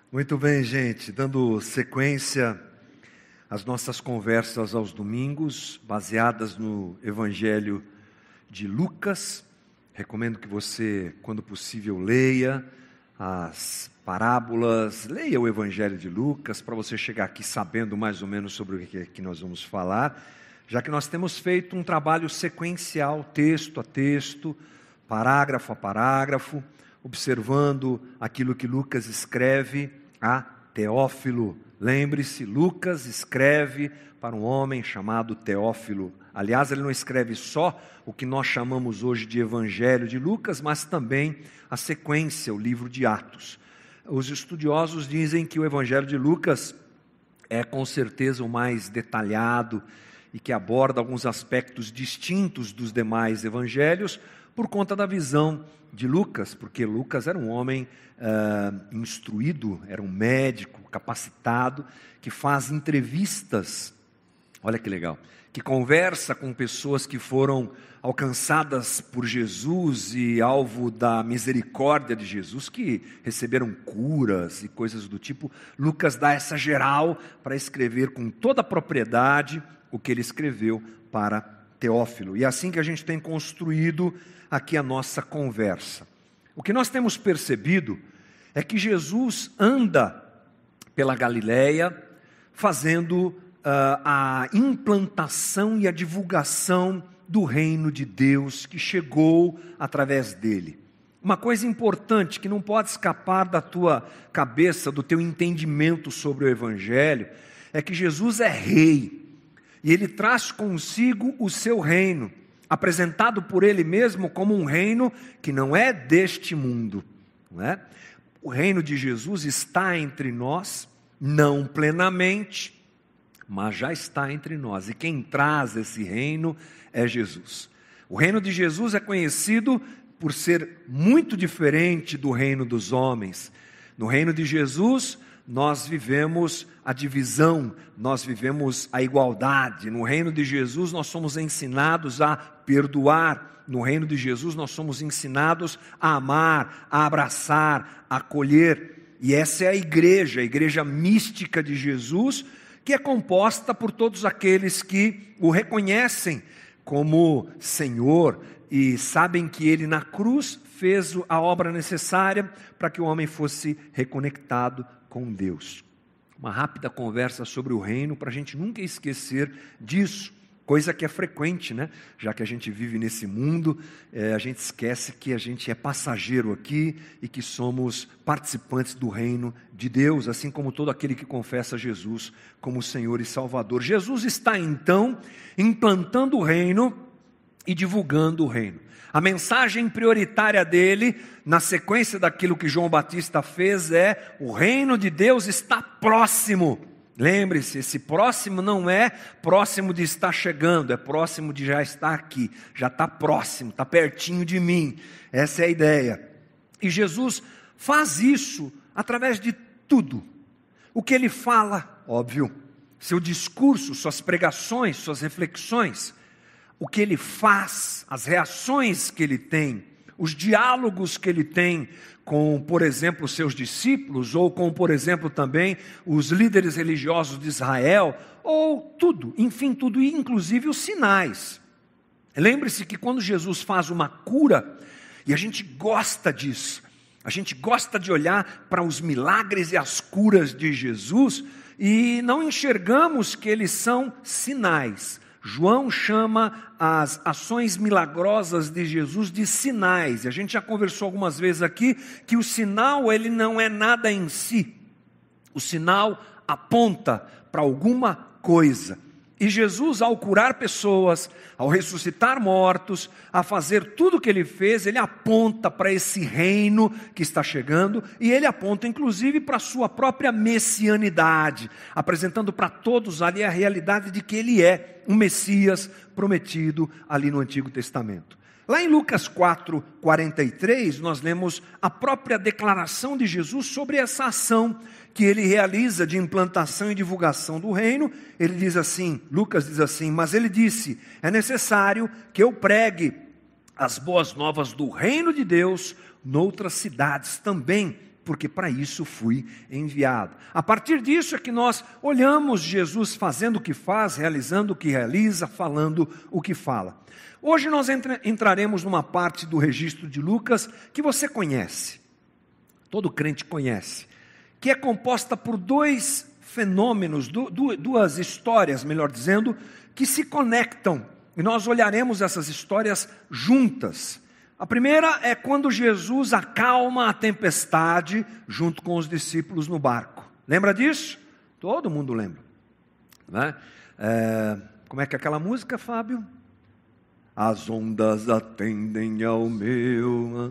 Muito bem, gente. Dando sequência às nossas conversas aos domingos, baseadas no Evangelho de Lucas. Recomendo que você, quando possível, leia as parábolas, leia o Evangelho de Lucas, para você chegar aqui sabendo mais ou menos sobre o que nós vamos falar, já que nós temos feito um trabalho sequencial, texto a texto, parágrafo a parágrafo, observando aquilo que Lucas escreve a Teófilo. Lembre-se, Lucas escreve para um homem chamado Teófilo. Aliás, ele não escreve só o que nós chamamos hoje de Evangelho de Lucas, mas também a sequência, o livro de Atos. Os estudiosos dizem que o Evangelho de Lucas é com certeza o mais detalhado e que aborda alguns aspectos distintos dos demais evangelhos, por conta da visão de Lucas, porque Lucas era um homem instruído, era um médico capacitado, que faz entrevistas, olha que legal, que conversa com pessoas que foram alcançadas por Jesus e alvo da misericórdia de Jesus, que receberam curas e coisas do tipo. Lucas dá essa geral para escrever com toda a propriedade o que ele escreveu para Teófilo. E é assim que a gente tem construído aqui a nossa conversa. O que nós temos percebido é que Jesus anda pela Galileia fazendo a implantação e a divulgação do reino de Deus que chegou através dele. Uma coisa importante que não pode escapar da tua cabeça, do teu entendimento sobre o Evangelho, é que Jesus é rei e ele traz consigo o seu reino, apresentado por ele mesmo como um reino que não é deste mundo, não é? O reino de Jesus está entre nós, não plenamente, mas já está entre nós, e quem traz esse reino é Jesus. O reino de Jesus é conhecido por ser muito diferente do reino dos homens. No reino de Jesus, nós vivemos a divisão, nós vivemos a igualdade. No reino de Jesus, nós somos ensinados a perdoar. No reino de Jesus, nós somos ensinados a amar, a abraçar, a acolher. E essa é a igreja mística de Jesus, que é composta por todos aqueles que o reconhecem como Senhor e sabem que Ele na cruz fez a obra necessária para que o homem fosse reconectado com Deus. Uma rápida conversa sobre o reino para a gente nunca esquecer disso, coisa que é frequente, né? Já que a gente vive nesse mundo, a gente esquece que a gente é passageiro aqui e que somos participantes do reino de Deus, assim como todo aquele que confessa Jesus como Senhor e Salvador. Jesus está então implantando o reino e divulgando o reino. A mensagem prioritária dele, na sequência daquilo que João Batista fez, é: o reino de Deus está próximo. Lembre-se, esse próximo não é próximo de estar chegando, é próximo de já estar aqui, já está próximo, está pertinho de mim. Essa é a ideia. E Jesus faz isso através de tudo. O que ele fala, óbvio, seu discurso, suas pregações, suas reflexões, o que ele faz, as reações que ele tem, os diálogos que ele tem com, por exemplo, seus discípulos, ou com, por exemplo, também os líderes religiosos de Israel, ou tudo, enfim, tudo, inclusive os sinais. Lembre-se que quando Jesus faz uma cura, e a gente gosta disso, a gente gosta de olhar para os milagres e as curas de Jesus, e não enxergamos que eles são sinais. João chama as ações milagrosas de Jesus de sinais. E a gente já conversou algumas vezes aqui que o sinal, ele não é nada em si. O sinal aponta para alguma coisa. E Jesus, ao curar pessoas, ao ressuscitar mortos, a fazer tudo o que ele fez, ele aponta para esse reino que está chegando, e ele aponta inclusive para a sua própria messianidade, apresentando para todos ali a realidade de que ele é um Messias prometido ali no Antigo Testamento. Lá em Lucas 4:43, nós lemos a própria declaração de Jesus sobre essa ação que ele realiza de implantação e divulgação do reino. Ele diz assim, Lucas diz assim: mas ele disse, é necessário que eu pregue as boas novas do reino de Deus noutras cidades também, porque para isso fui enviado. A partir disso é que nós olhamos Jesus fazendo o que faz, realizando o que realiza, falando o que fala. Hoje nós entraremos numa parte do registro de Lucas que você conhece, todo crente conhece, que é composta por dois fenômenos, duas histórias, melhor dizendo, que se conectam. E nós olharemos essas histórias juntas. A primeira é quando Jesus acalma a tempestade junto com os discípulos no barco. Lembra disso? Todo mundo lembra, né? Como é que é aquela música, Fábio? As ondas atendem ao meu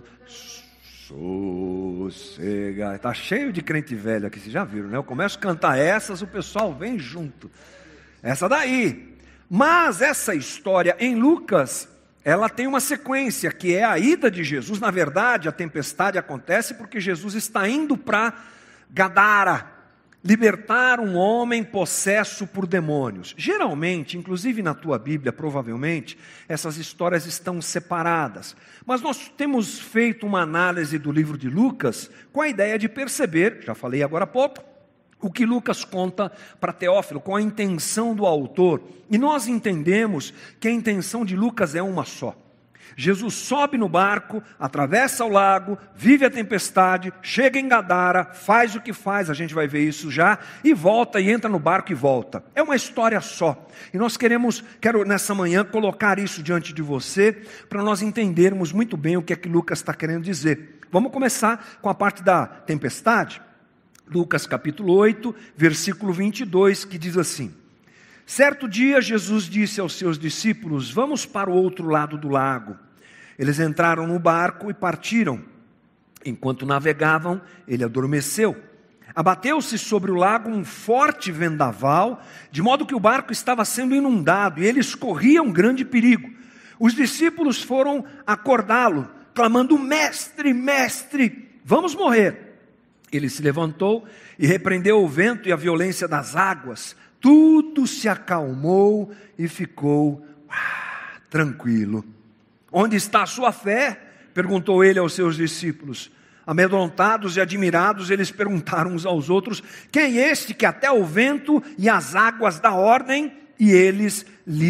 sossego. Está cheio de crente velho aqui, vocês já viram, né? Eu começo a cantar essas, o pessoal vem junto. Essa daí. Mas essa história em Lucas, ela tem uma sequência, que é a ida de Jesus. Na verdade, a tempestade acontece porque Jesus está indo para Gadara, libertar um homem possesso por demônios. Geralmente, inclusive na tua Bíblia, provavelmente, essas histórias estão separadas. Mas nós temos feito uma análise do livro de Lucas com a ideia de perceber, já falei agora há pouco, o que Lucas conta para Teófilo, com a intenção do autor. E nós entendemos que a intenção de Lucas é uma só. Jesus sobe no barco, atravessa o lago, vive a tempestade, chega em Gadara, faz o que faz, a gente vai ver isso já, e volta, e entra no barco e volta. É uma história só. E nós quero nessa manhã colocar isso diante de você, para nós entendermos muito bem o que é que Lucas está querendo dizer. Vamos começar com a parte da tempestade. Lucas capítulo 8, versículo 22, que diz assim: certo dia Jesus disse aos seus discípulos: vamos para o outro lado do lago. Eles entraram no barco e partiram. Enquanto navegavam, ele adormeceu. Abateu-se sobre o lago um forte vendaval, de modo que o barco estava sendo inundado e eles corriam grande perigo. Os discípulos foram acordá-lo, clamando: mestre, mestre, vamos morrer. Ele se levantou e repreendeu o vento e a violência das águas. Tudo se acalmou e ficou tranquilo. Onde está a sua fé? Perguntou ele aos seus discípulos. Amedrontados e admirados, eles perguntaram uns aos outros: quem é este que até o vento e as águas dá ordem e eles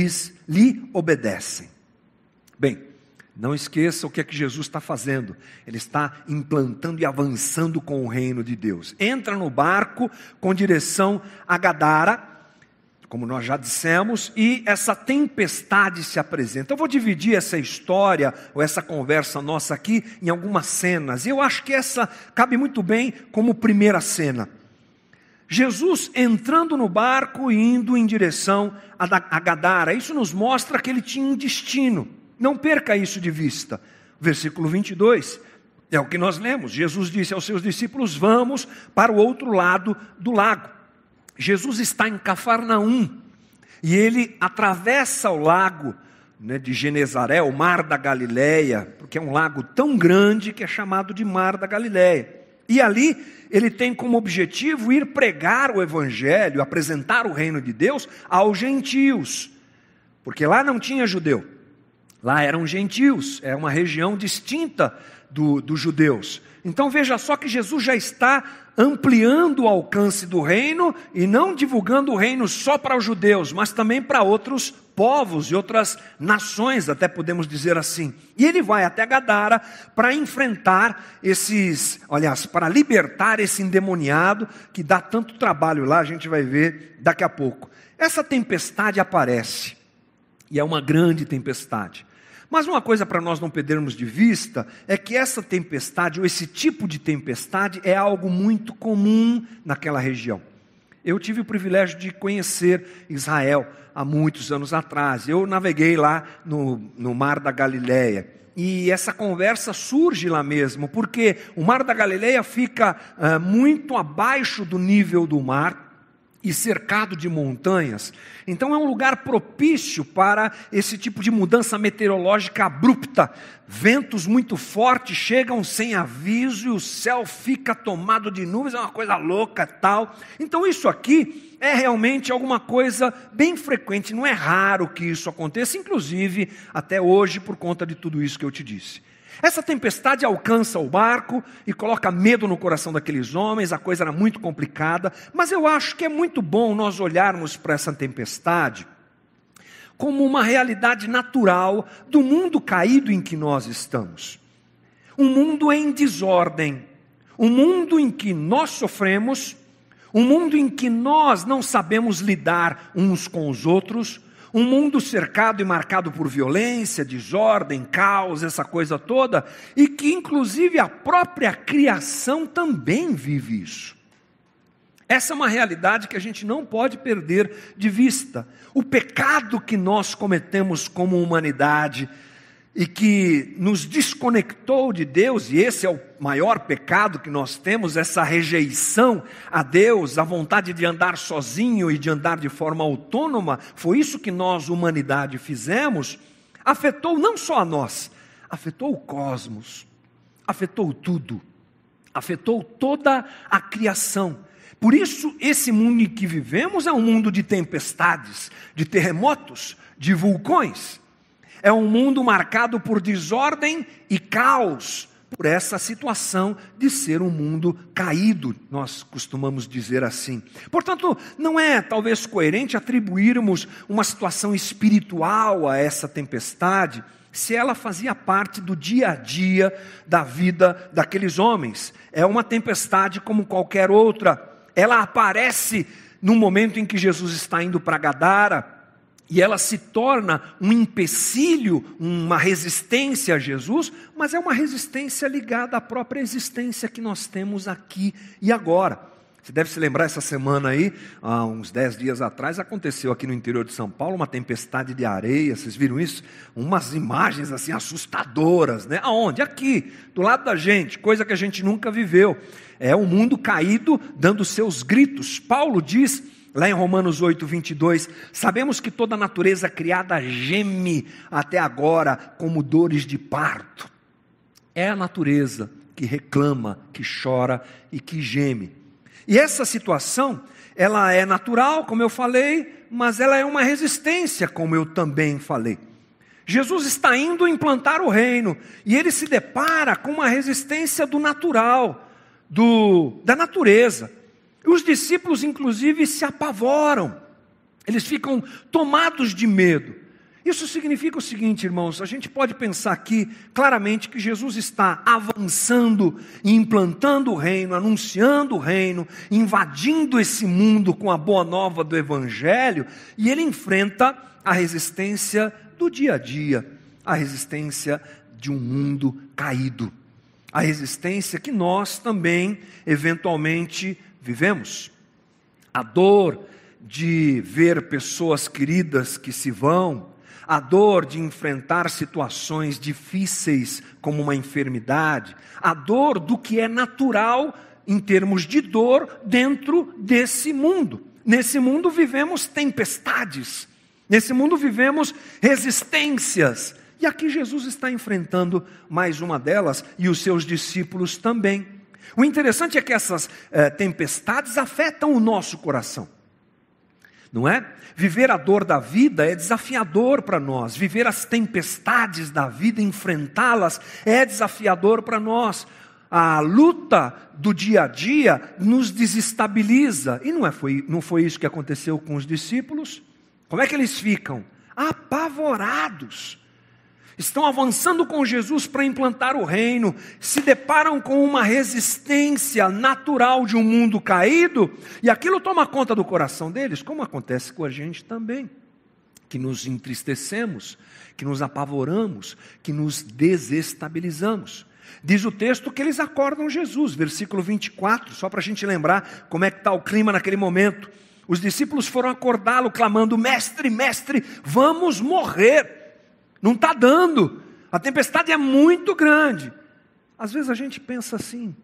lhe obedecem? Bem, não esqueça o que é que Jesus está fazendo. Ele está implantando e avançando com o reino de Deus. Entra no barco com direção a Gadara, como nós já dissemos, e essa tempestade se apresenta. Eu vou dividir essa história, ou essa conversa nossa aqui, em algumas cenas. Eu acho que essa cabe muito bem como primeira cena. Jesus entrando no barco e indo em direção a Gadara. Isso nos mostra que ele tinha um destino. Não perca isso de vista. Versículo 22, é o que nós lemos. Jesus disse aos seus discípulos: vamos para o outro lado do lago. Jesus está em Cafarnaum, e ele atravessa o lago de Genezaré, o mar da Galileia, porque é um lago tão grande que é chamado de mar da Galileia. E ali ele tem como objetivo ir pregar o evangelho, apresentar o reino de Deus aos gentios, porque lá não tinha judeu. Lá eram gentios, é uma região distinta dos judeus. Então veja só que Jesus já está ampliando o alcance do reino e não divulgando o reino só para os judeus, mas também para outros povos e outras nações, até podemos dizer assim. E ele vai até Gadara para enfrentar para libertar esse endemoniado que dá tanto trabalho lá, a gente vai ver daqui a pouco. Essa tempestade aparece, e é uma grande tempestade. Mas uma coisa para nós não perdermos de vista é que essa tempestade, ou esse tipo de tempestade, é algo muito comum naquela região. Eu tive o privilégio de conhecer Israel há muitos anos atrás. Eu naveguei lá no Mar da Galileia. E essa conversa surge lá mesmo, porque o Mar da Galileia fica muito abaixo do nível do mar, e cercado de montanhas. Então é um lugar propício para esse tipo de mudança meteorológica abrupta. Ventos muito fortes chegam sem aviso e o céu fica tomado de nuvens, é uma coisa louca tal. Então isso aqui é realmente alguma coisa bem frequente, não é raro que isso aconteça, inclusive até hoje por conta de tudo isso que eu te disse. Essa tempestade alcança o barco e coloca medo no coração daqueles homens, a coisa era muito complicada, mas eu acho que é muito bom nós olharmos para essa tempestade como uma realidade natural do mundo caído em que nós estamos. Um mundo em desordem, um mundo em que nós sofremos, um mundo em que nós não sabemos lidar uns com os outros, um mundo cercado e marcado por violência, desordem, caos, essa coisa toda, e que inclusive a própria criação também vive isso. Essa é uma realidade que a gente não pode perder de vista. O pecado que nós cometemos como humanidade e que nos desconectou de Deus, e esse é o maior pecado que nós temos, essa rejeição a Deus, a vontade de andar sozinho e de andar de forma autônoma, foi isso que nós, humanidade, fizemos, afetou não só a nós, afetou o cosmos, afetou tudo, afetou toda a criação. Por isso, esse mundo em que vivemos é um mundo de tempestades, de terremotos, de vulcões. É um mundo marcado por desordem e caos, por essa situação de ser um mundo caído, nós costumamos dizer assim. Portanto, não é talvez coerente atribuirmos uma situação espiritual a essa tempestade, se ela fazia parte do dia a dia da vida daqueles homens. É uma tempestade como qualquer outra. Ela aparece no momento em que Jesus está indo para Gadara, e ela se torna um empecilho, uma resistência a Jesus, mas é uma resistência ligada à própria existência que nós temos aqui e agora. Você deve se lembrar, essa semana aí, há uns 10 dias atrás, aconteceu aqui no interior de São Paulo uma tempestade de areia, vocês viram isso? Umas imagens assim assustadoras, né? Aonde? Aqui, do lado da gente, coisa que a gente nunca viveu. É o mundo caído dando seus gritos. Paulo diz, lá em Romanos 8, 22, sabemos que toda a natureza criada geme até agora como dores de parto. É a natureza que reclama, que chora e que geme. E essa situação, ela é natural, como eu falei, mas ela é uma resistência, como eu também falei. Jesus está indo implantar o reino, e ele se depara com uma resistência do natural, da natureza. Os discípulos, inclusive, se apavoram, eles ficam tomados de medo. Isso significa o seguinte, irmãos, a gente pode pensar aqui claramente que Jesus está avançando e implantando o reino, anunciando o reino, invadindo esse mundo com a boa nova do Evangelho, e ele enfrenta a resistência do dia a dia, a resistência de um mundo caído, a resistência que nós também, eventualmente, vivemos. A dor de ver pessoas queridas que se vão, a dor de enfrentar situações difíceis como uma enfermidade, a dor do que é natural em termos de dor dentro desse mundo. Nesse mundo vivemos tempestades, nesse mundo vivemos resistências, e aqui Jesus está enfrentando mais uma delas e os seus discípulos também. O interessante é que essas tempestades afetam o nosso coração. Não é? Viver a dor da vida é desafiador para nós. Viver as tempestades da vida, enfrentá-las, é desafiador para nós. A luta do dia a dia nos desestabiliza. E não foi isso que aconteceu com os discípulos? Como é que eles ficam? Apavorados. Estão avançando com Jesus para implantar o reino, se deparam com uma resistência natural de um mundo caído, e aquilo toma conta do coração deles, como acontece com a gente também, que nos entristecemos, que nos apavoramos, que nos desestabilizamos. Diz o texto que eles acordam Jesus, versículo 24, só para a gente lembrar como é que está o clima naquele momento. Os discípulos foram acordá-lo, clamando, mestre, mestre, vamos morrer. Não está dando, a tempestade é muito grande. Às vezes a gente pensa assim,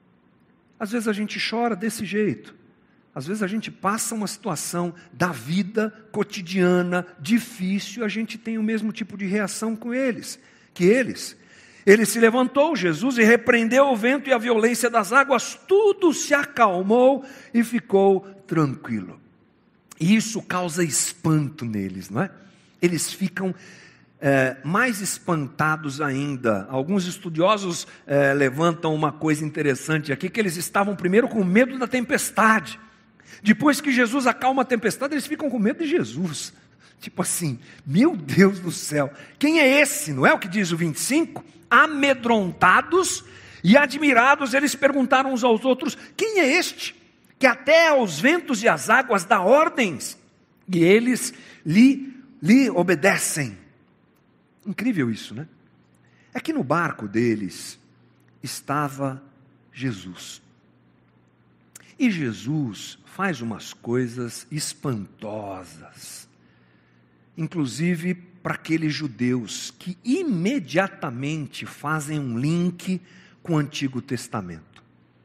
às vezes a gente chora desse jeito, às vezes a gente passa uma situação da vida cotidiana, difícil, a gente tem o mesmo tipo de reação com eles, que eles. Ele se levantou, Jesus, e repreendeu o vento e a violência das águas, tudo se acalmou e ficou tranquilo. E isso causa espanto neles, não é? Eles ficam mais espantados ainda. Alguns estudiosos levantam uma coisa interessante aqui, que eles estavam primeiro com medo da tempestade. Depois que Jesus acalma a tempestade, eles ficam com medo de Jesus. Tipo assim, meu Deus do céu, quem é esse? Não é o que diz o 25? Amedrontados e admirados, eles perguntaram uns aos outros: quem é este, que até aos ventos e às águas dá ordens? E eles lhe obedecem. Incrível isso, né? É que no barco deles estava Jesus. E Jesus faz umas coisas espantosas, inclusive para aqueles judeus que imediatamente fazem um link com o Antigo Testamento.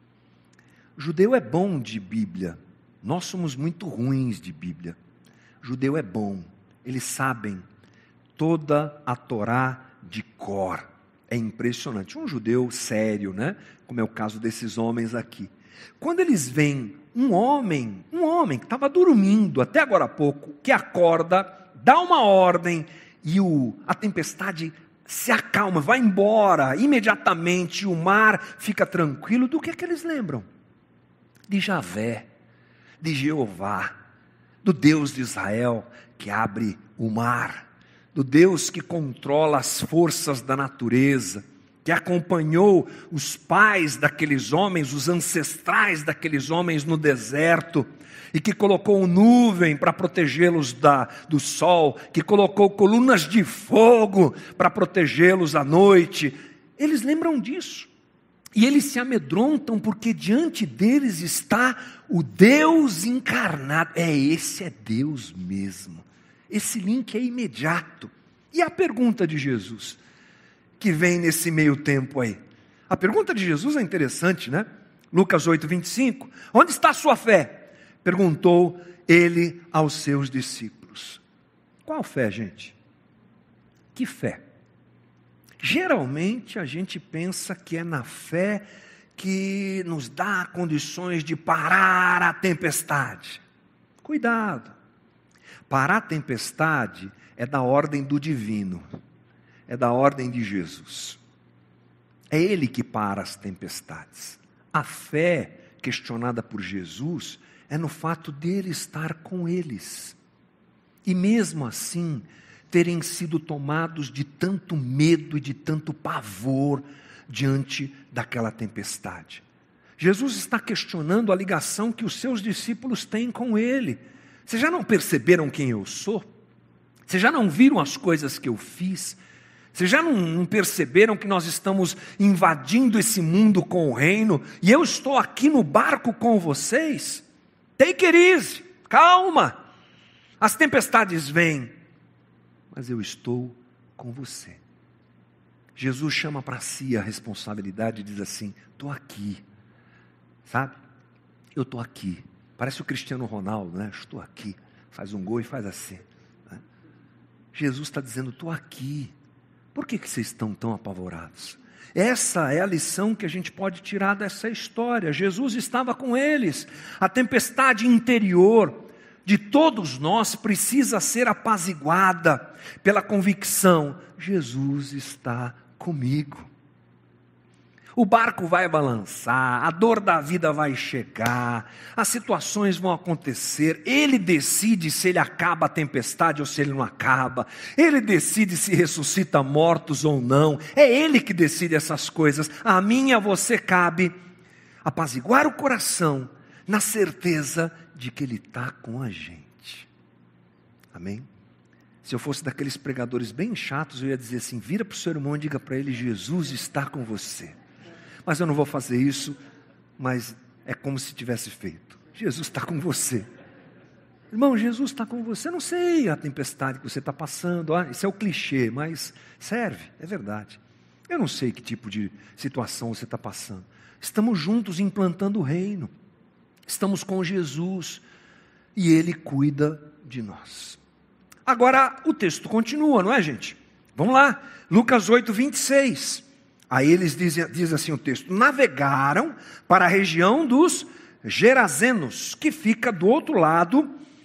Judeu é bom de Bíblia, nós somos muito ruins de Bíblia. Judeu é bom, eles sabem toda a Torá de cor. É impressionante. Um judeu sério, né? Como é o caso desses homens aqui. Quando eles veem um homem que estava dormindo até agora há pouco, que acorda, dá uma ordem e a tempestade se acalma, vai embora imediatamente, o mar fica tranquilo, do que é que eles lembram? De Javé, de Jeová, do Deus de Israel que abre o mar, do Deus que controla as forças da natureza, que acompanhou os pais daqueles homens, os ancestrais daqueles homens no deserto, e que colocou nuvem para protegê-los do sol, que colocou colunas de fogo para protegê-los à noite. Eles lembram disso, e eles se amedrontam porque diante deles está o Deus encarnado. Esse é Deus mesmo. Esse link é imediato. E a pergunta de Jesus, que vem nesse meio tempo aí? A pergunta de Jesus é interessante, né? Lucas 8, 25. Onde está a sua fé? Perguntou ele aos seus discípulos. Qual fé, gente? Que fé? Geralmente a gente pensa que é na fé que nos dá condições de parar a tempestade. Cuidado. Parar a tempestade é da ordem do divino, é da ordem de Jesus. É Ele que para as tempestades. A fé questionada por Jesus é no fato dele estar com eles. E mesmo assim, terem sido tomados de tanto medo e de tanto pavor diante daquela tempestade. Jesus está questionando a ligação que os seus discípulos têm com Ele. Vocês já não perceberam quem eu sou? Vocês já não viram as coisas que eu fiz? Vocês já não perceberam que nós estamos invadindo esse mundo com o reino? E eu estou aqui no barco com vocês? Take it easy, calma. As tempestades vêm, mas eu estou com você. Jesus chama para si a responsabilidade e diz assim: estou aqui, sabe? Eu estou aqui. Parece o Cristiano Ronaldo, né? Estou aqui. Faz um gol e faz assim. Né? Jesus está dizendo: estou aqui. Por que vocês estão tão apavorados? Essa é a lição que a gente pode tirar dessa história. Jesus estava com eles. A tempestade interior de todos nós precisa ser apaziguada pela convicção: Jesus está comigo. O barco vai balançar, a dor da vida vai chegar, as situações vão acontecer. Ele decide se ele acaba a tempestade ou se ele não acaba. Ele decide se ressuscita mortos ou não. É Ele que decide essas coisas. A mim e a você cabe apaziguar o coração na certeza de que Ele está com a gente. Amém? Se eu fosse daqueles pregadores bem chatos, eu ia dizer assim: vira para o seu irmão e diga para ele: Jesus está com você. Mas eu não vou fazer isso, mas é como se tivesse feito. Jesus está com você. Irmão, Jesus está com você. Eu não sei a tempestade que você está passando. Isso é o clichê, mas serve, é verdade. Eu não sei que tipo de situação você está passando. Estamos juntos implantando o reino. Estamos com Jesus e Ele cuida de nós. Agora o texto continua, não é, gente? Vamos lá, Lucas 8, 26. Aí eles diz assim o texto: navegaram para a região dos Gerazenos, que fica do outro lado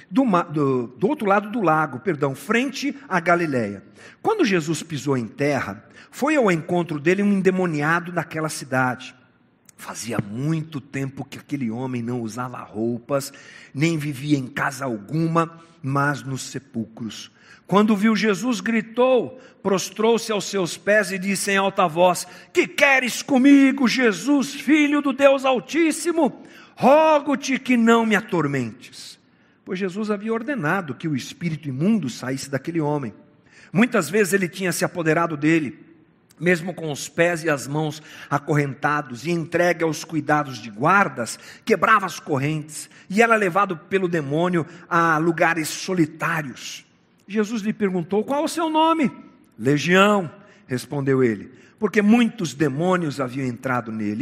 do outro lado do lago, frente à Galileia. Quando Jesus pisou em terra, foi ao encontro dele um endemoniado daquela cidade. Fazia muito tempo que aquele homem não usava roupas, nem vivia em casa alguma, mas nos sepulcros. Quando viu Jesus, gritou, prostrou-se aos seus pés e disse em alta voz: que queres comigo, Jesus, Filho do Deus Altíssimo? Rogo-te que não me atormentes. Pois Jesus havia ordenado que o espírito imundo saísse daquele homem. Muitas vezes ele tinha se apoderado dele, mesmo com os pés e as mãos acorrentados e entregue aos cuidados de guardas, quebrava as correntes e era levado pelo demônio a lugares solitários. Jesus lhe perguntou: qual o seu nome? Legião, respondeu ele, porque muitos demônios haviam entrado nele.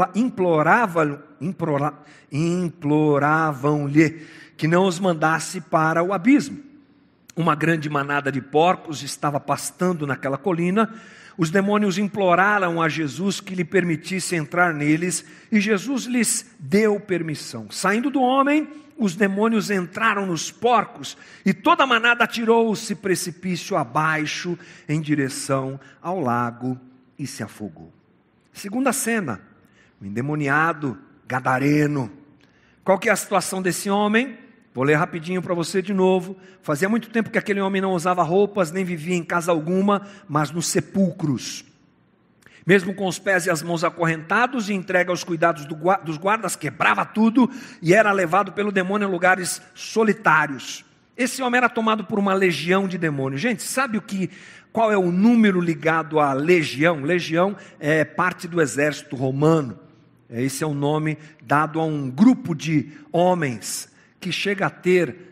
Imploravam-lhe que não os mandasse para o abismo. Uma grande manada de porcos estava pastando naquela colina. Os demônios imploraram a Jesus que lhe permitisse entrar neles, e Jesus lhes deu permissão. Saindo do homem, os demônios entraram nos porcos, e toda a manada atirou-se precipício abaixo, em direção ao lago, e se afogou. Segunda cena, o endemoniado gadareno. Qual que é a situação desse homem? Vou ler rapidinho para você de novo. Fazia muito tempo que aquele homem não usava roupas, nem vivia em casa alguma, mas nos sepulcros. Mesmo com os pés e as mãos acorrentados e entregue aos cuidados dos guardas, quebrava tudo e era levado pelo demônio a lugares solitários. Esse homem era tomado por uma legião de demônios. Gente, sabe qual é o número ligado à legião? Legião é parte do exército romano. Esse é o nome dado a um grupo de homens que chega a ter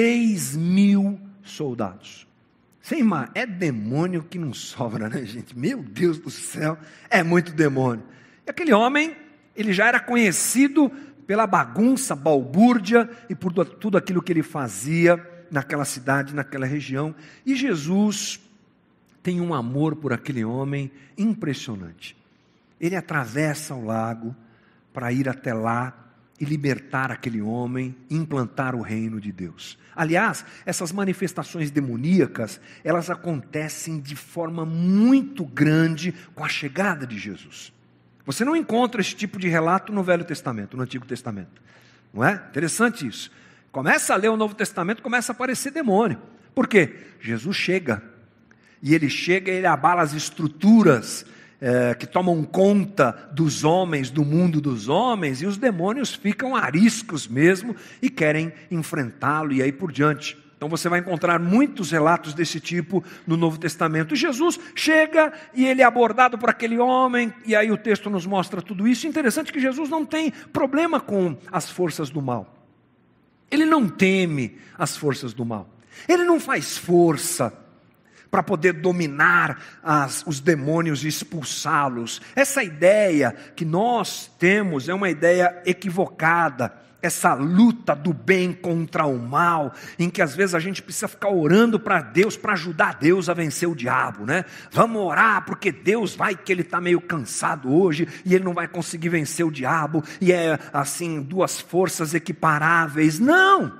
6.000 soldados. É demônio que não sobra, né, gente? Meu Deus do céu, é muito demônio. E aquele homem, ele já era conhecido pela bagunça, balbúrdia e por tudo aquilo que ele fazia naquela cidade, naquela região. E Jesus tem um amor por aquele homem impressionante. Ele atravessa o lago para ir até lá e libertar aquele homem, implantar o reino de Deus. Aliás, essas manifestações demoníacas, elas acontecem de forma muito grande com a chegada de Jesus. Você não encontra esse tipo de relato no Velho Testamento, no Antigo Testamento. Não é? Interessante isso. Começa a ler o Novo Testamento, começa a aparecer demônio. Por quê? Jesus chega. E ele chega e ele abala as estruturas que tomam conta dos homens, do mundo dos homens, e os demônios ficam ariscos mesmo e querem enfrentá-lo e aí por diante. Então você vai encontrar muitos relatos desse tipo no Novo Testamento. Jesus chega e ele é abordado por aquele homem, e aí o texto nos mostra tudo isso. Interessante que Jesus não tem problema com as forças do mal. Ele não teme as forças do mal. Ele não faz força para poder dominar os demônios e expulsá-los. Essa ideia que nós temos é uma ideia equivocada. Essa luta do bem contra o mal, em que às vezes a gente precisa ficar orando para Deus, para ajudar Deus a vencer o diabo, né? Vamos orar porque Deus que ele está meio cansado hoje, e ele não vai conseguir vencer o diabo, e é assim, duas forças equiparáveis. Não!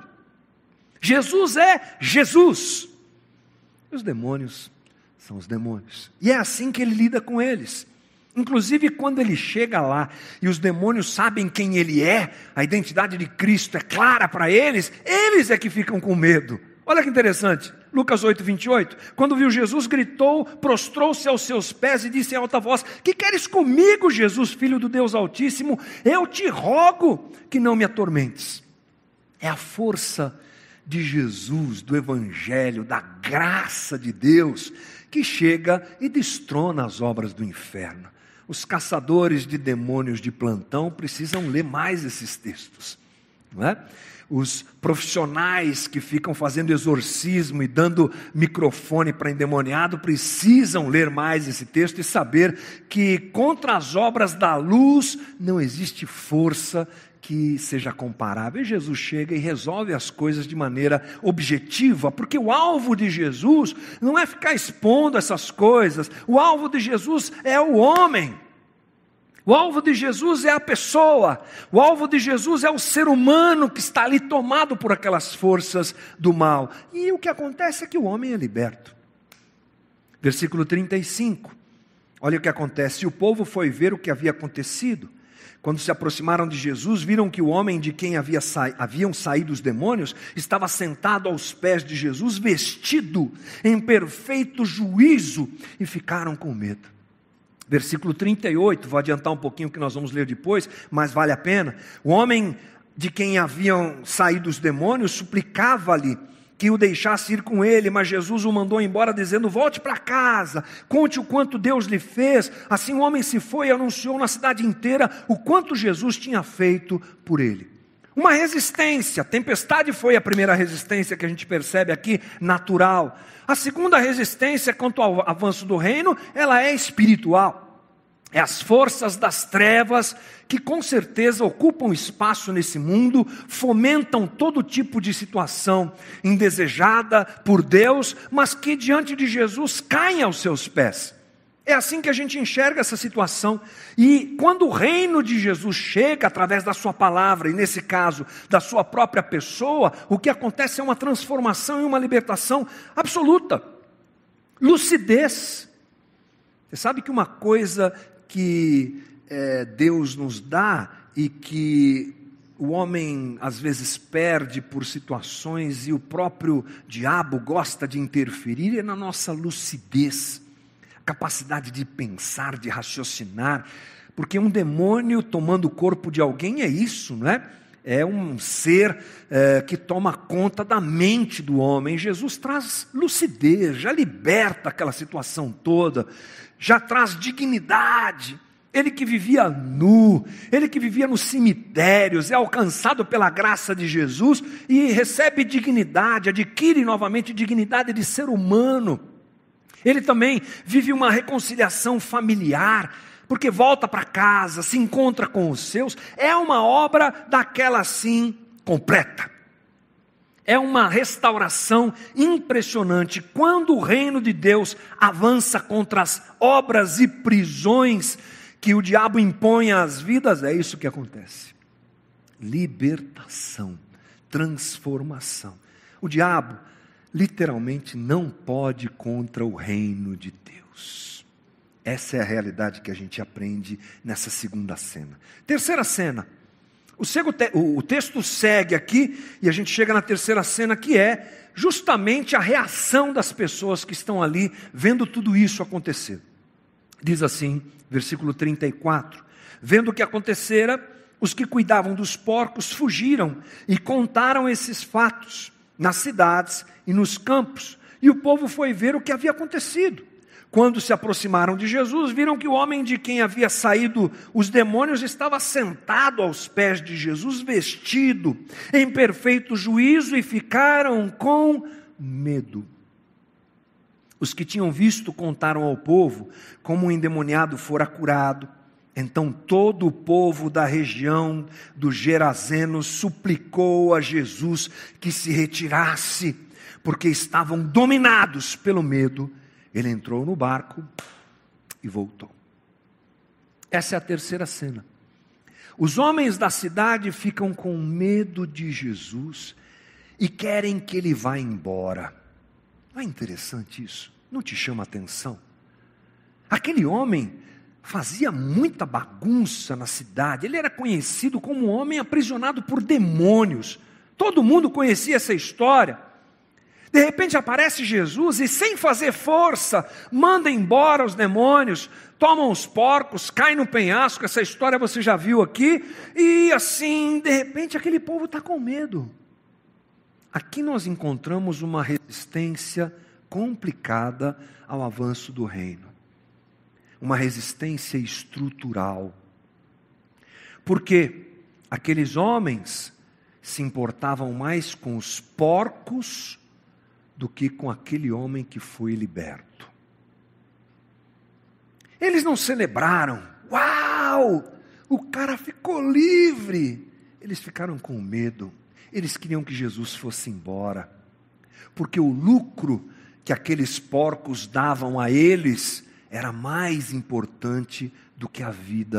Jesus é Jesus. Os demônios são os demônios. E é assim que ele lida com eles. Inclusive quando ele chega lá e os demônios sabem quem ele é, a identidade de Cristo é clara para eles, eles é que ficam com medo. Olha que interessante, Lucas 8:28, quando viu Jesus, gritou, prostrou-se aos seus pés e disse em alta voz: que queres comigo, Jesus, Filho do Deus Altíssimo? Eu te rogo que não me atormentes. É a força de Jesus, do Evangelho, da graça de Deus, que chega e destrona as obras do inferno. Os caçadores de demônios de plantão precisam ler mais esses textos, não é? Os profissionais que ficam fazendo exorcismo e dando microfone para endemoniado precisam ler mais esse texto e saber que contra as obras da luz não existe força que seja comparável. E Jesus chega e resolve as coisas de maneira objetiva, porque o alvo de Jesus não é ficar expondo essas coisas, o alvo de Jesus é o homem. O alvo de Jesus é a pessoa, o alvo de Jesus é o ser humano que está ali tomado por aquelas forças do mal. E o que acontece é que o homem é liberto. Versículo 35, olha o que acontece: e o povo foi ver o que havia acontecido. Quando se aproximaram de Jesus, viram que o homem de quem haviam saído os demônios estava sentado aos pés de Jesus, vestido em perfeito juízo, e ficaram com medo. Versículo 38, vou adiantar um pouquinho que nós vamos ler depois, mas vale a pena. O homem de quem haviam saído os demônios suplicava-lhe que o deixasse ir com ele, mas Jesus o mandou embora dizendo: volte para casa, conte o quanto Deus lhe fez. Assim o homem se foi e anunciou na cidade inteira o quanto Jesus tinha feito por ele. Uma resistência, a tempestade foi a primeira resistência que a gente percebe aqui, natural. A segunda resistência quanto ao avanço do reino, ela é espiritual. É as forças das trevas que com certeza ocupam espaço nesse mundo, fomentam todo tipo de situação indesejada por Deus, mas que diante de Jesus caem aos seus pés. É assim que a gente enxerga essa situação. E quando o reino de Jesus chega através da sua palavra, e nesse caso da sua própria pessoa, o que acontece é uma transformação e uma libertação absoluta. Lucidez. Você sabe que uma coisa que Deus nos dá e que o homem às vezes perde por situações e o próprio diabo gosta de interferir é na nossa lucidez. Capacidade de pensar, de raciocinar, porque um demônio tomando o corpo de alguém é isso, não é? É um ser que toma conta da mente do homem. Jesus traz lucidez, já liberta aquela situação toda, já traz dignidade. Ele que vivia nu, ele que vivia nos cemitérios, é alcançado pela graça de Jesus e recebe dignidade, adquire novamente dignidade de ser humano. Ele também vive uma reconciliação familiar, porque volta para casa, se encontra com os seus. É uma obra daquela assim, completa. É uma restauração impressionante. Quando o reino de Deus avança contra as obras e prisões que o diabo impõe às vidas, é isso que acontece. Libertação, transformação. O diabo literalmente não pode contra o reino de Deus. Essa é a realidade que a gente aprende nessa segunda cena. Terceira cena. O texto segue aqui e a gente chega na terceira cena, que é justamente a reação das pessoas que estão ali vendo tudo isso acontecer. Diz assim, versículo 34: vendo o que acontecera, os que cuidavam dos porcos fugiram e contaram esses fatos nas cidades e nos campos, e o povo foi ver o que havia acontecido. Quando se aproximaram de Jesus, viram que o homem de quem havia saído os demônios estava sentado aos pés de Jesus, vestido em perfeito juízo, e ficaram com medo. Os que tinham visto contaram ao povo como um endemoniado fora curado. Então todo o povo da região dos Gerazenos suplicou a Jesus que se retirasse, porque estavam dominados pelo medo. Ele entrou no barco e voltou. Essa é a terceira cena. Os homens da cidade ficam com medo de Jesus e querem que ele vá embora. Não é interessante isso? Não te chama a atenção? Aquele homem fazia muita bagunça na cidade. Ele era conhecido como um homem aprisionado por demônios. Todo mundo conhecia essa história. De repente aparece Jesus e, sem fazer força, manda embora os demônios, tomam os porcos, cai no penhasco. Essa história você já viu aqui. E assim, de repente aquele povo está com medo. Aqui nós encontramos uma resistência complicada ao avanço do reino. Uma resistência estrutural. Porque aqueles homens se importavam mais com os porcos do que com aquele homem que foi liberto. Eles não celebraram. Uau! O cara ficou livre. Eles ficaram com medo. Eles queriam que Jesus fosse embora. Porque o lucro que aqueles porcos davam a eles era mais importante do que a vida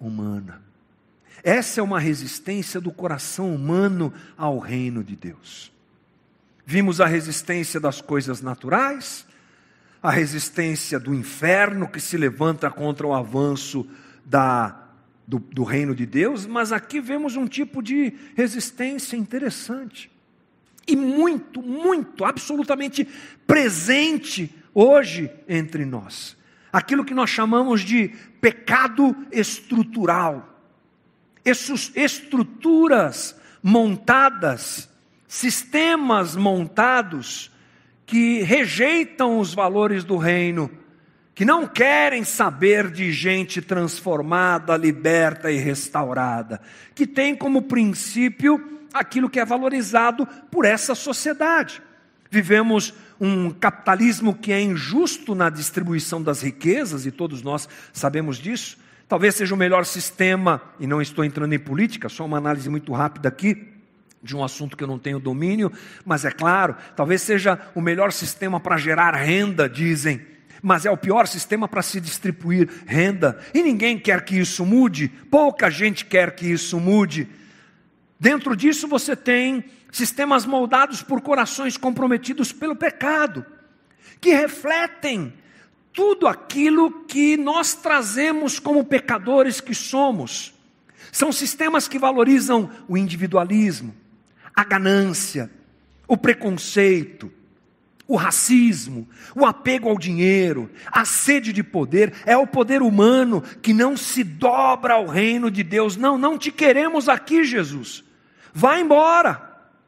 humana. Essa é uma resistência do coração humano ao reino de Deus. Vimos a resistência das coisas naturais, a resistência do inferno que se levanta contra o avanço do reino de Deus, mas aqui vemos um tipo de resistência interessante. E muito, muito, absolutamente presente hoje entre nós. Aquilo que nós chamamos de pecado estrutural. Essas estruturas montadas, sistemas montados que rejeitam os valores do reino, que não querem saber de gente transformada, liberta e restaurada, que tem como princípio aquilo que é valorizado por essa sociedade. Vivemos um capitalismo que é injusto na distribuição das riquezas, e todos nós sabemos disso. Talvez seja o melhor sistema, e não estou entrando em política, só uma análise muito rápida aqui, de um assunto que eu não tenho domínio, mas é claro, talvez seja o melhor sistema para gerar renda, dizem, mas é o pior sistema para se distribuir renda, e ninguém quer que isso mude, pouca gente quer que isso mude. Dentro disso você tem sistemas moldados por corações comprometidos pelo pecado, que refletem tudo aquilo que nós trazemos como pecadores que somos. São sistemas que valorizam o individualismo, a ganância, o preconceito, o racismo, o apego ao dinheiro, a sede de poder. É o poder humano que não se dobra ao reino de Deus. Não, não te queremos aqui, Jesus. Vai embora.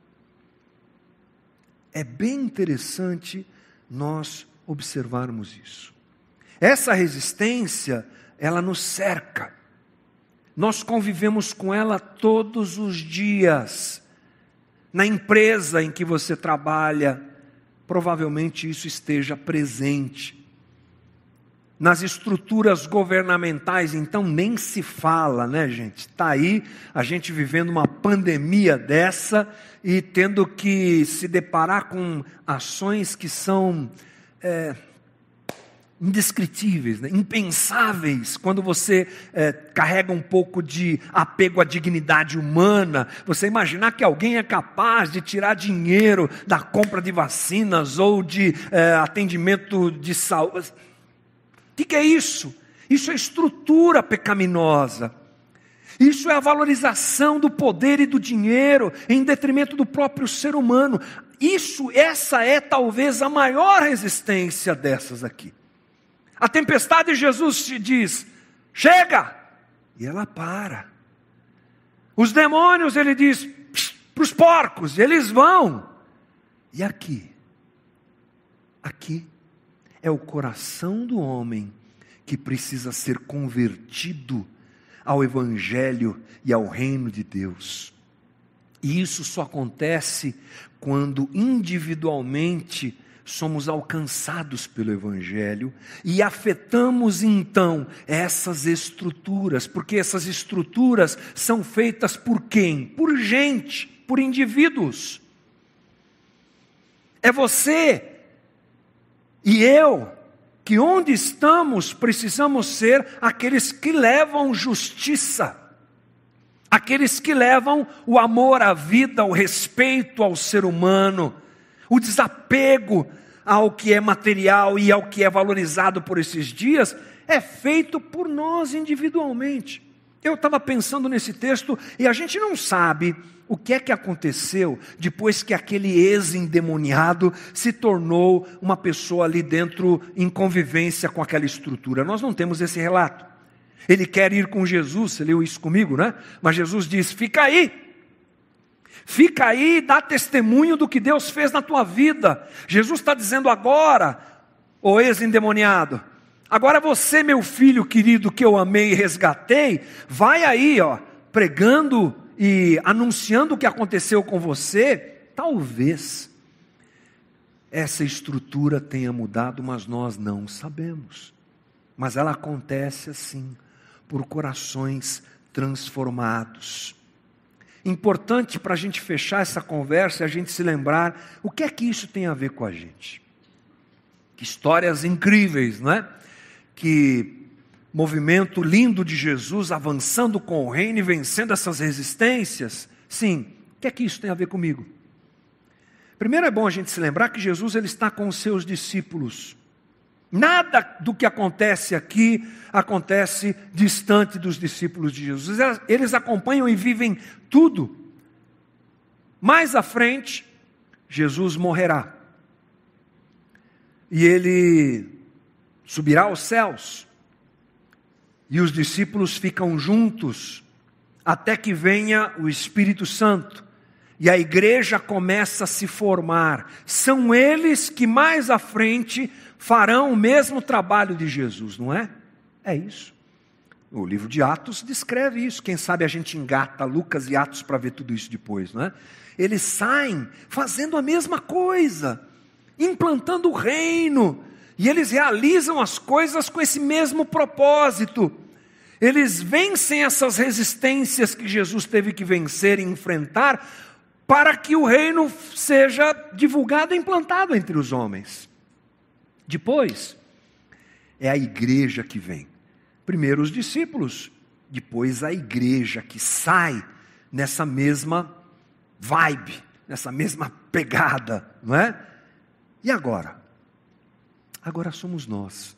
É bem interessante nós observarmos isso. Essa resistência, ela nos cerca. Nós convivemos com ela todos os dias. Na empresa em que você trabalha, provavelmente isso esteja presente. Nas estruturas governamentais, então nem se fala, né, gente? Está aí a gente vivendo uma pandemia dessa e tendo que se deparar com ações que são indescritíveis, né? Impensáveis. Quando você carrega um pouco de apego à dignidade humana, você imaginar que alguém é capaz de tirar dinheiro da compra de vacinas ou de atendimento de saúde. O que é isso? Isso é estrutura pecaminosa. Isso é a valorização do poder e do dinheiro em detrimento do próprio ser humano. Essa é talvez a maior resistência dessas aqui. A tempestade, Jesus te diz, chega! E ela para. Os demônios, ele diz, para os porcos, eles vão. E aqui é o coração do homem que precisa ser convertido ao Evangelho e ao reino de Deus. E isso só acontece quando individualmente somos alcançados pelo Evangelho e afetamos então essas estruturas, porque essas estruturas são feitas por quem? Por gente, por indivíduos. É você e eu, que onde estamos precisamos ser aqueles que levam justiça, aqueles que levam o amor à vida, o respeito ao ser humano, o desapego ao que é material e ao que é valorizado por esses dias, é feito por nós individualmente. Eu estava pensando nesse texto e a gente não sabe o que é que aconteceu depois que aquele ex-endemoniado se tornou uma pessoa ali dentro em convivência com aquela estrutura. Nós não temos esse relato. Ele quer ir com Jesus, você leu isso comigo, né? Mas Jesus diz, fica aí e dá testemunho do que Deus fez na tua vida. Jesus está dizendo agora, ô ex-endemoniado, agora você, meu filho querido, que eu amei e resgatei, vai aí, pregando e anunciando o que aconteceu com você. Talvez essa estrutura tenha mudado, mas nós não sabemos. Mas ela acontece assim, por corações transformados. Importante para a gente fechar essa conversa e a gente se lembrar o que é que isso tem a ver com a gente. Que histórias incríveis, não é? Que movimento lindo de Jesus avançando com o reino e vencendo essas resistências? Sim. O que é que isso tem a ver comigo? Primeiro é bom a gente se lembrar que Jesus ele está com os seus discípulos. Nada do que acontece aqui acontece distante dos discípulos de Jesus. Eles acompanham e vivem tudo. Mais à frente, Jesus morrerá. E ele subirá aos céus. E os discípulos ficam juntos até que venha o Espírito Santo. E a igreja começa a se formar. São eles que mais à frente farão o mesmo trabalho de Jesus, não é? É isso. O livro de Atos descreve isso. Quem sabe a gente engata Lucas e Atos para ver tudo isso depois, não é? Eles saem fazendo a mesma coisa, implantando o reino. E eles realizam as coisas com esse mesmo propósito. Eles vencem essas resistências que Jesus teve que vencer e enfrentar para que o reino seja divulgado e implantado entre os homens. Depois, é a igreja que vem. Primeiro os discípulos, depois a igreja que sai nessa mesma vibe, nessa mesma pegada, não é? E agora? Agora somos nós.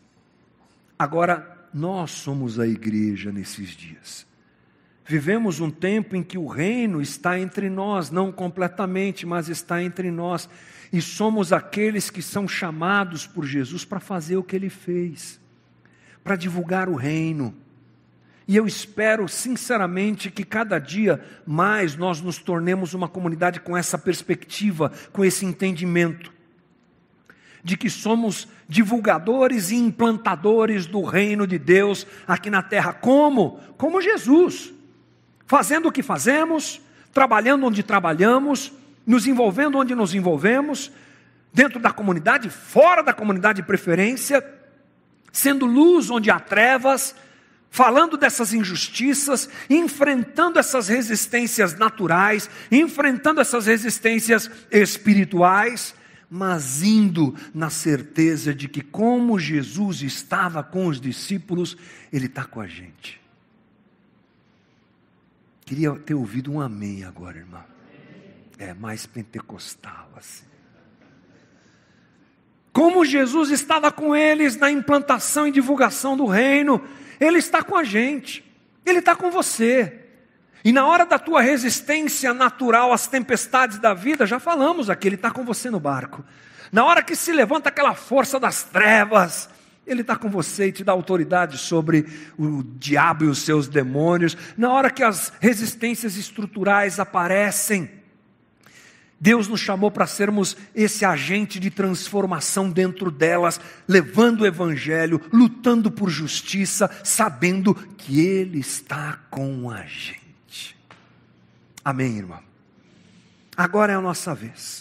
Agora nós somos a igreja nesses dias. Vivemos um tempo em que o reino está entre nós, não completamente, mas está entre nós. E somos aqueles que são chamados por Jesus para fazer o que Ele fez, para divulgar o reino. E eu espero sinceramente que cada dia mais nós nos tornemos uma comunidade com essa perspectiva, com esse entendimento, de que somos divulgadores e implantadores do reino de Deus aqui na terra. Como? Como Jesus. Fazendo o que fazemos, trabalhando onde trabalhamos, nos envolvendo onde nos envolvemos, dentro da comunidade, fora da comunidade de preferência, sendo luz onde há trevas, falando dessas injustiças, enfrentando essas resistências naturais, enfrentando essas resistências espirituais, mas indo na certeza de que como Jesus estava com os discípulos, Ele está com a gente. Queria ter ouvido um amém agora, irmão. É mais pentecostal assim. Como Jesus estava com eles na implantação e divulgação do reino, Ele está com a gente, Ele está com você. E na hora da tua resistência natural às tempestades da vida, já falamos aqui, Ele está com você no barco. Na hora que se levanta aquela força das trevas, Ele está com você e te dá autoridade sobre o diabo e os seus demônios. Na hora que as resistências estruturais aparecem, Deus nos chamou para sermos esse agente de transformação dentro delas, levando o evangelho, lutando por justiça, sabendo que Ele está com a gente. Amém, irmão? Agora é a nossa vez.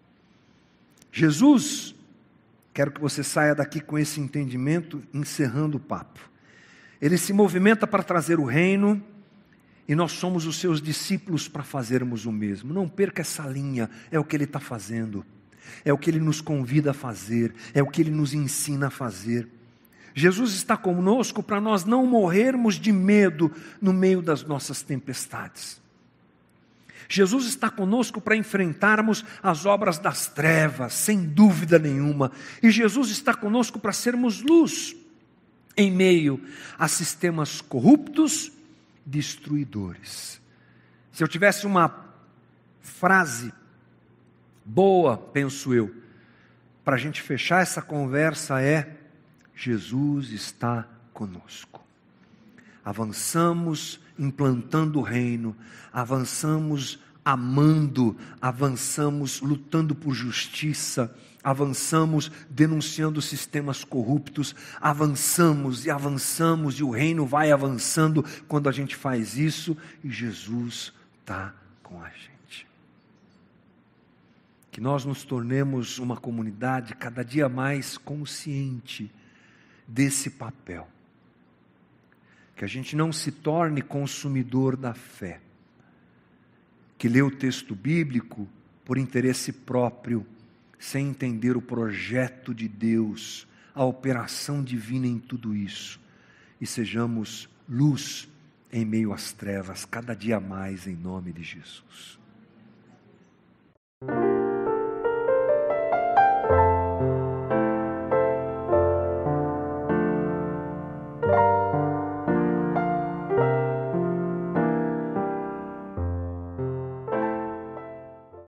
Jesus, quero que você saia daqui com esse entendimento, encerrando o papo. Ele se movimenta para trazer o reino, e nós somos os seus discípulos para fazermos o mesmo. Não perca essa linha, é o que Ele está fazendo. É o que Ele nos convida a fazer, é o que Ele nos ensina a fazer. Jesus está conosco para nós não morrermos de medo no meio das nossas tempestades. Jesus está conosco para enfrentarmos as obras das trevas, sem dúvida nenhuma. E Jesus está conosco para sermos luz em meio a sistemas corruptos, destruidores. Se eu tivesse uma frase boa, penso eu, para a gente fechar essa conversa é: Jesus está conosco. Avançamos implantando o reino, avançamos amando, avançamos lutando por justiça, avançamos denunciando sistemas corruptos, avançamos e o reino vai avançando quando a gente faz isso, e Jesus está com a gente. Que nós nos tornemos uma comunidade cada dia mais consciente desse papel. Que a gente não se torne consumidor da fé, que lê o texto bíblico por interesse próprio, sem entender o projeto de Deus, a operação divina em tudo isso. e sejamos luz em meio às trevas, cada dia mais, em nome de Jesus.